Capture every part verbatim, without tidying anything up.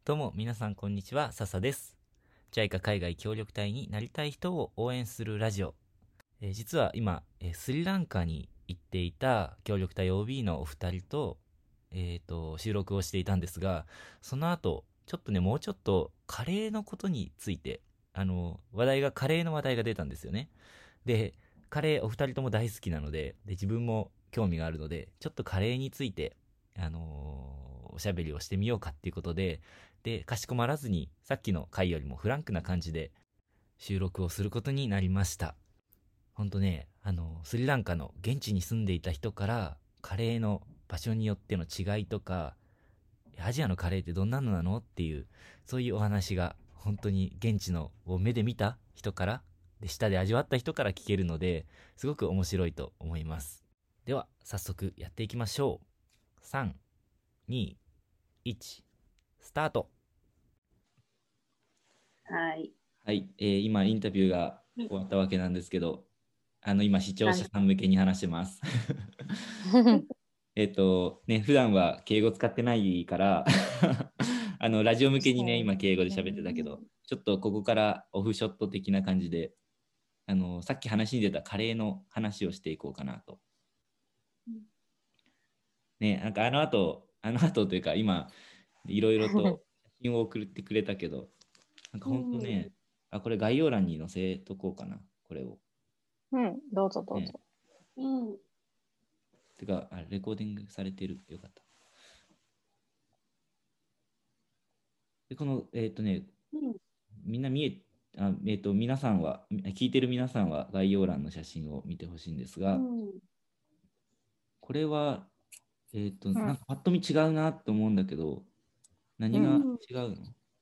どうも皆さんこんにちは、笹です。ジャイカ 海外協力隊になりたい人を応援するラジオ。えー実は今、えースリランカに行っていた協力隊 オービー のお二人と、えーと、収録をしていたんですが、その後、ちょっとね、もうちょっとカレーのことについて、あの、話題が、カレーの話題が出たんですよね。で、カレーお二人とも大好きなので、で、自分も興味があるので、ちょっとカレーについて、あのーおしゃべりをしてみようかっていうことで、で、かしこまらずに、さっきの回よりもフランクな感じで収録をすることになりました。ほんとね、あの、スリランカの現地に住んでいた人から、カレーの場所によっての違いとか、アジアのカレーってどんなのなのっていう、そういうお話が、本当に現地のを目で見た人から、で、舌で味わった人から聞けるので、すごく面白いと思います。では、早速やっていきましょう。さん、に、いち、スタート。 はい。 はい、えー今インタビューが終わったわけなんですけど、あの今視聴者はい。 さん向けに話してます。えっとね、普段は敬語使ってないからあのラジオ向けにね、 そう今敬語でです喋ってたけど、 ね。 ちょっとここからオフショット的な感じで、あのさっき話に出たカレーの話をしていこうかなと。ね、なんかあの後、あの後というか今、いろいろと写真を送ってくれたけど、なんかう本当ん。 ね、あ、これ概要欄に載せとこうかな、これを。 うん、どうぞどうね、 ぞ。うん。 てか、あ、レコーディングされてる。よかった。で、この、えっとね、 うん。 みんな見え、あ、えっと、皆さんは、聞いてる皆さんは概要欄の写真を見てほしいんですが、 うん。 これは、えっと、 うん。 なんかパッと見違うなと思うんだけど、何がうん。 違うの？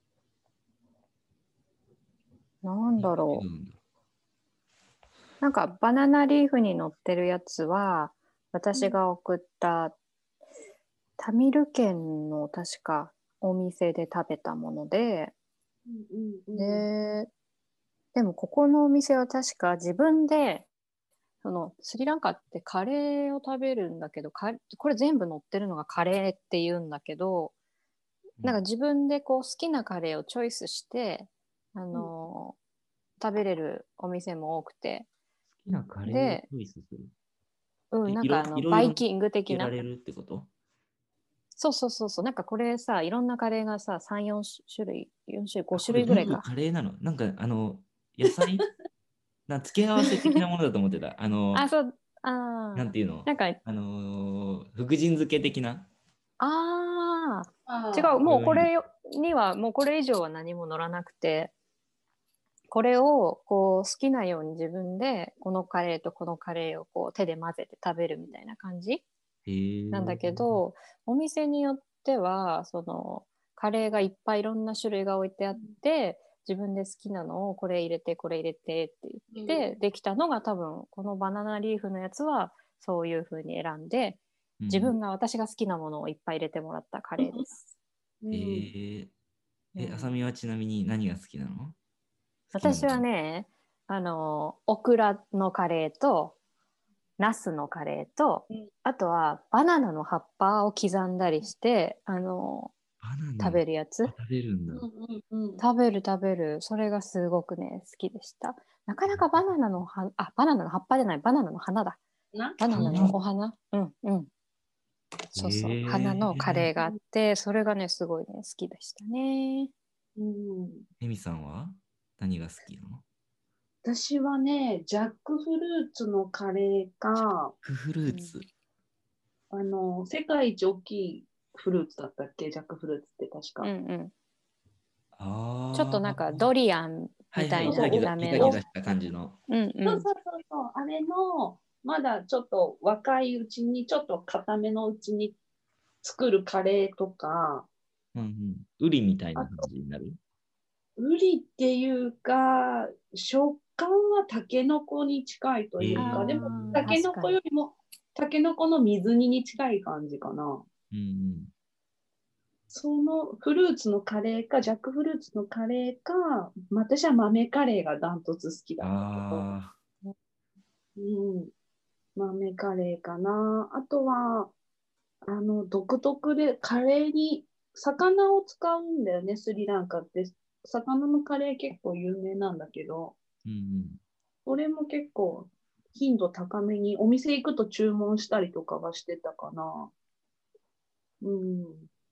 なん何がだろう。 違うんだろなんかバナナリーフに乗ってるやつは、私が送ったタミル県の確かお店で食べたもので、 うんうんうん。 で、でもここのお店は確か自分で、そのスリランカってカレーを食べるんだけど、カこれ全部乗ってるのがカレーって言うんだけど、 う。うん、好なんか自分でこう好きなカレーをチョイスして、あうん。 のー食べれるお店も多くて、 きなカレーをチで、 ョイスする。 うん、 えいろなんかあの、 いろいろつバイキング的な。 けられるってこと？ そうそうそうそう、なんかこれさ、いろんなカレーがさ、さん、よん種類、よん種類、5 あ、こ種れ全部類ぐらいか。 カレーなの？なんか、あの、野菜な付け合わせ的なものだと思ってた。あの、 あ、そう、あー、 なんていうの？ なんか、 あのー、福神漬け的な。 あー、違う、 ああ。 もうこれこれがいいんです。 には、もうこれ以上は何も乗らなくて、これをこう好きなように自分でこのカレーとこのカレーをこう手で混ぜて食べるみたいな感じへえ。 なんだけど、お店によってはそのカレーがいっぱいいろんな種類が置いてあって、自分で好きなのをこれ入れてこれ入れてって言ってできたのが、多分このバナナリーフのやつはそういう風に選んで、 うん。 自分が私が好きなものをいっぱい入れてもらったカレーです。 うん。 へえ。え、あさうん、 みはちなみに何が好きなの？好きなも私はの。 ね、あのオクラのカレーとナスのカレーと、 うん。 あとはバナナの葉っぱを刻んだりして、あの、 バナナ食の。あ、 べるやつ。 食べるんだ。 うんうんうん。 食べる食べる。それがすごくね、好きでした。なかなかバナナの葉、あ、バナナの葉っぱじゃない、バナナの花だ。 な。 バナナの花。 お花。うんうん。 へそうそう。花のカレえ。 ーがあって、それがね、すごいね、好きでしたね。 うん。 エミさんは何が好きなの？ 私はね、ジャックフルーツのカレーか、 クフルうん、 ーツ。 あの、世界一大きいフルーツだったっけ、ジャックフルーツって確うんか。 うん。ちょっああ。 となんかドリアンみたはいはい。ギザギザ、 いな見たギ目の。 ザギザした感じの。 うんうん。 そうそうそうそう、あれの、まだちょっと若いうちに、ちょっと固めのうちに作るカレーとか、 うんうん。ウリみたいな感あと、 じになる？ ウリっていうか、食感はタケノコに近いとえいうか、でも、 ああ、 タケノ確かに。 コよりも、タケノコの水煮に近い感じかな。 うんうん。 そのフルーツのカレーか、ジャックフルーツのカレーか、私は豆カレーがダントツ好きだったけど、 あうん、豆カレーかな。あとは、あの、独特で、カレーに魚を使うんだよね、スリランカって。魚のカレー結構有名なんだけど、 うんうん。 それも結構頻度高めにお店行くと注文したりとかはしてたかな。うん。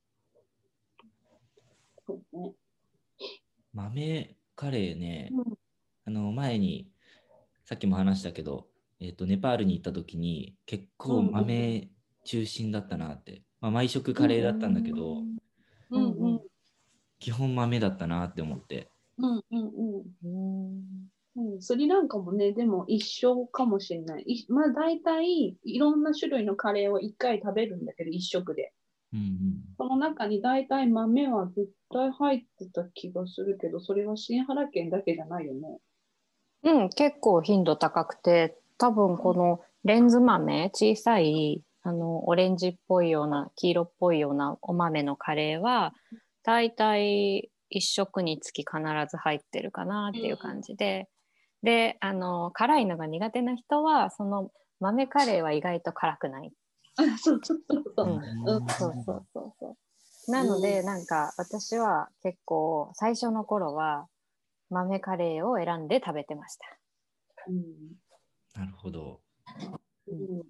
そうね。 豆カレーね、 うん。 あの前にさっきも話したけど、えっと、ネパールに行った時に結構うんうん豆中心だったなって。まあ、毎食カうんレーだったんだけど、 うんうん基本豆だったなって思って。 うんうんうんうん。スリランカもね、でも一緒かもしれない。いまあ大体いろんな種類のカレーを一回食べるんだけど、一食で。 うんその中に大体豆は絶対入ってた気がするけど、それは新原県だけじゃないよね。 うん、結構頻度高くて、多分このレンズ豆、小さいあのオレンジっぽいような黄色っぽいようなお豆のカレーは大体一食につき必ず入ってるかなっていう感じで、であの辛いのが苦手な人はその豆カレーは意外と辛くない。 あ、そうそうそうそうう。 ん、 うんそうそうそうそう。なのでなんか私は結構最初の頃は豆カレーを選んで食べてました。 うんなるほど。 うん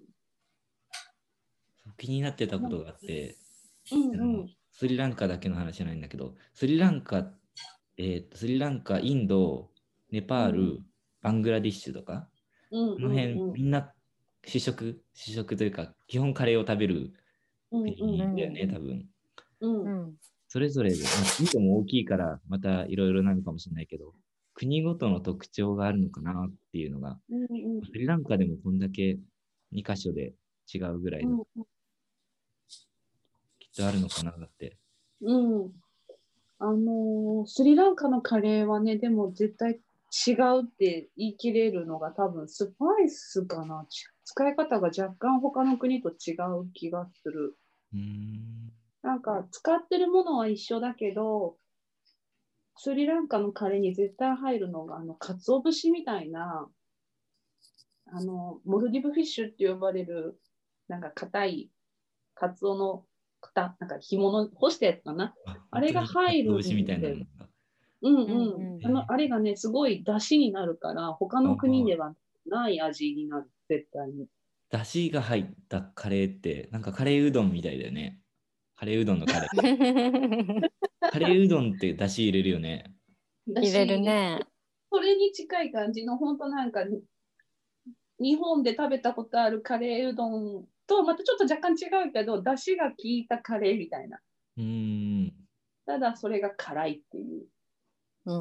気になってたことがあって、 うんうあのんスリランカだけの話じゃないんだけど、スリランカ、えーと、スリランカ、インド、ネパール、バングラディッシュとか、 うんこの辺、 うんみんな主食、主食というか、基本カレーを食べるうん国だよね、多分。 うんうんうんそれぞれで、まあ、インドも大きいから、またいろいろなのかもしれないけど、国ごとの特徴があるのかなっていうのが、 うんうんスリランカでもこんだけに箇所で違うぐらいだとうんきっとあるのかなって。 うんあのースリランカのカレーはね、でも絶対違うって言い切れるのが多分スパイスかな。ち使い方が若干他の国と違う気がする。 うーん。 なんか使ってるものは一緒だけど、スリランカのカレーに絶対入るのが、あの、鰹節みたいな、あの、モルディブフィッシュって呼ばれる、なんか硬いカツオの型、なんか干物、干したやつかな。 あ、 あれが本当に入る節みたいんで、 なのが。 うんうんうん。 うんあの、あれがね、すごい出汁になるから、他の国あではない味になる、絶対に。 だしが入ったカレーって、なんかカレーうどんみたいだよね。カレーうどんのカレー。カレーうどんってだし入れるよね。 だ入れるし、 ね。 それに近い感じの、本当なんか、日本で食べたことあるカレーうどんと、またちょっと若干違うけど、出汁が効いたカレーみたいな。 うーん。 ただ、それが辛いっていう。 うん。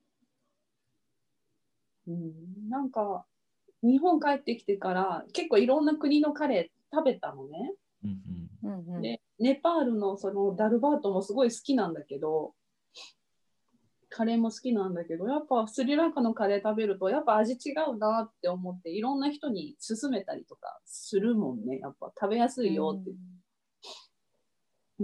うん、なんか、日本帰ってきてから、結構いろんな国のカレー食べたのね。 うんうんうんうん。 で、ネパールのそのダルバートもすごい好きなんだけど、カレーも好きなんだけど、やっぱスリランカのカレー食べると、やっぱ味違うなって思って、いろんな人に勧めたりとかするもんね。やっぱ食べやすいよって。うん。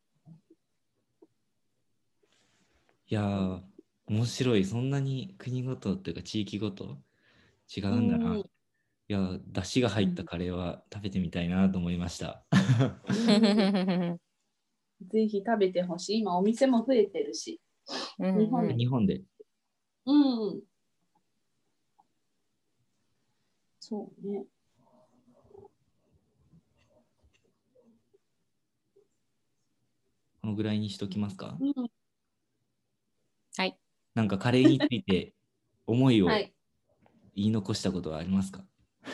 いやー、面白い。そんなに国ごとというか地域ごと違ううんんだな。 ん。 いやー、だしが入ったカレーは食べてみたいなと思いました。 うんぜひ食べてほしい。今お店も増えてるし。 うん日本日本で。 うん。そうね。 このぐらいにしときますか。 うん。 はい。 なんかカレーについて思いをはい。 言い残したことはありますか？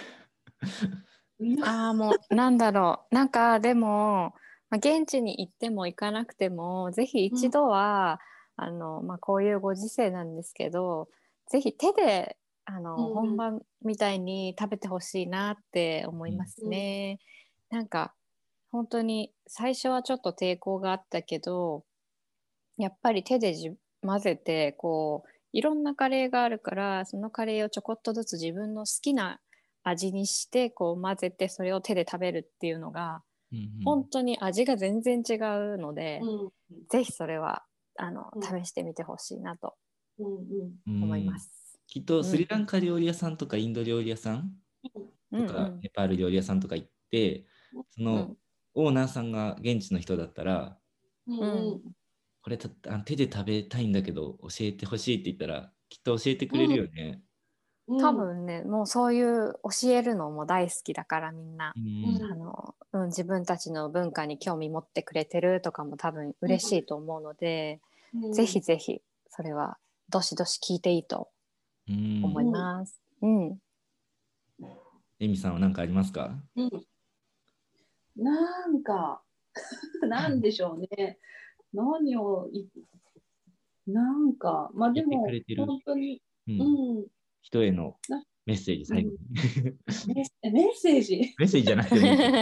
ああ、もう、なんだろう。なんか、でも、まあ、現地に行っても行かなくても、ぜひ一度は、あの、まあ、こういうご時世なんですけど、ぜひ手で、あの、 うん本場みたいに食べてほしいなって思いますうんね。なんか、本当に最初はちょっと抵抗があったけど、やっぱり手でじ混ぜてこういろんなカレーがあるからそのカレーをちょこっとずつ自分の好きな味にしてこう混ぜてそれを手で食べるっていうのがうんうん本当に味が全然違うので、 うんぜひそれはあのうん試してみてほしいなとうんうん思います。 きっとうんスリランカ料理屋さんとかインド料理屋さんうんうとかんネパール料理屋さんとか行って、そのうんオーナーさんが現地の人だったら、 うんうんこれたあの手で食べたいんだけど教えてほしいって言ったらきっと教えてくれるよね。 うん、 多分ね、もうそういう教えるのも大好きだからみんな、 うんあのうん、自分たちの文化に興味持ってくれてるとかも多分嬉しいと思うので、 うん、 ぜひぜひそれはどしどし聞いていいとうん思います。うんエミさんは何かありますか？ うん、なんかなんでしょうね。何をいなんかまあで言ってくもれてる、 本当に、 う、 うんん、 人へのなメッセージ最後に、 メッメッセージメッセージじゃなくてもいいけど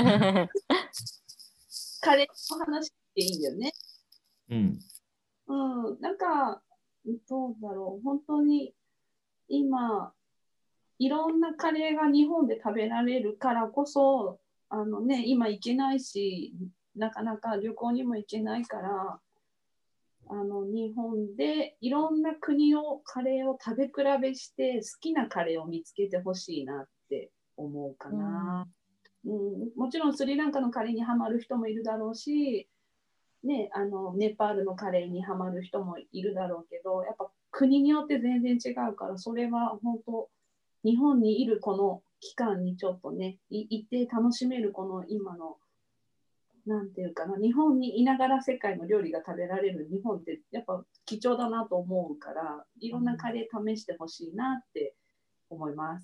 彼の話っていいんだよね。 うんうん、なんかどうだろう、本当に今いろんなカレーが日本で食べられるからこそ、あのね、今行けないし、なかなか旅行にも行けないから、あの日本でいろんな国のカレーを食べ比べして好きなカレーを見つけてほしいなって思うかな、うん、もちろんスリランカのカレーにはまる人もいるだろうし、ね、あのネパールのカレーにはまる人もいるだろうけど、やっぱ国によって全然違うから、それは本当日本にいるこの期間にちょっとね、いいて楽しめるこの今のなんていうかな、日本にいながら世界の料理が食べられる日本ってやっぱ貴重だなと思うから、いろんなカレー試してほしいなって思います。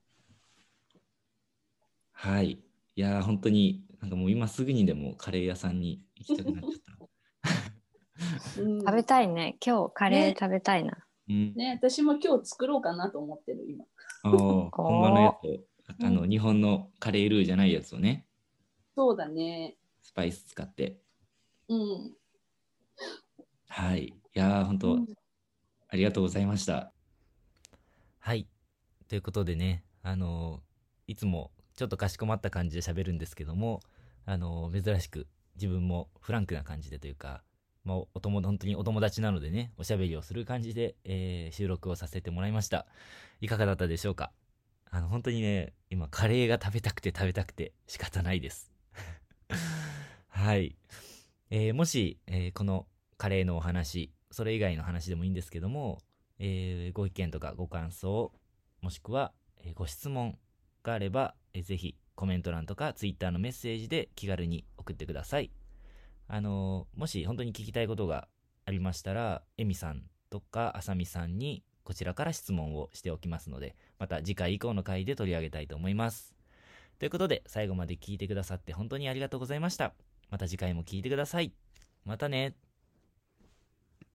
はい。いやー本当になんかもう今すぐにでもカレー屋さんに行きたくなっちゃったうん、 食べたいね。今日カレー食べたいな。 うんね、私も今日作ろうかなと思ってる今。 あー本場のやつをあの、 うん日本のカレールーじゃないやつをねそうだね。 スパイス使って、 うん。 はい。いやー本当、 うんありがとうございました。はい。ということでね、あのーいつもちょっとかしこまった感じで喋るんですけども、あのー珍しく自分もフランクな感じでというか、まあ、お友本当にお友達なのでね、おしゃべりをする感じで、えー収録をさせてもらいました。いかがだったでしょうか？あの、本当にね、今カレーが食べたくて食べたくて仕方ないです。はい。えーもし、えーこのカレーのお話、それ以外の話でもいいんですけども、えーご意見とかご感想、もしくは、えーご質問があれば、えーぜひコメント欄とかツイッターのメッセージで気軽に送ってください。あのーもし本当に聞きたいことがありましたら、エミさんとかあさみさんにこちらから質問をしておきますので、また次回以降の回で取り上げたいと思います。ということで、最後まで聞いてくださって本当にありがとうございました。また次回も聞いてください。またね。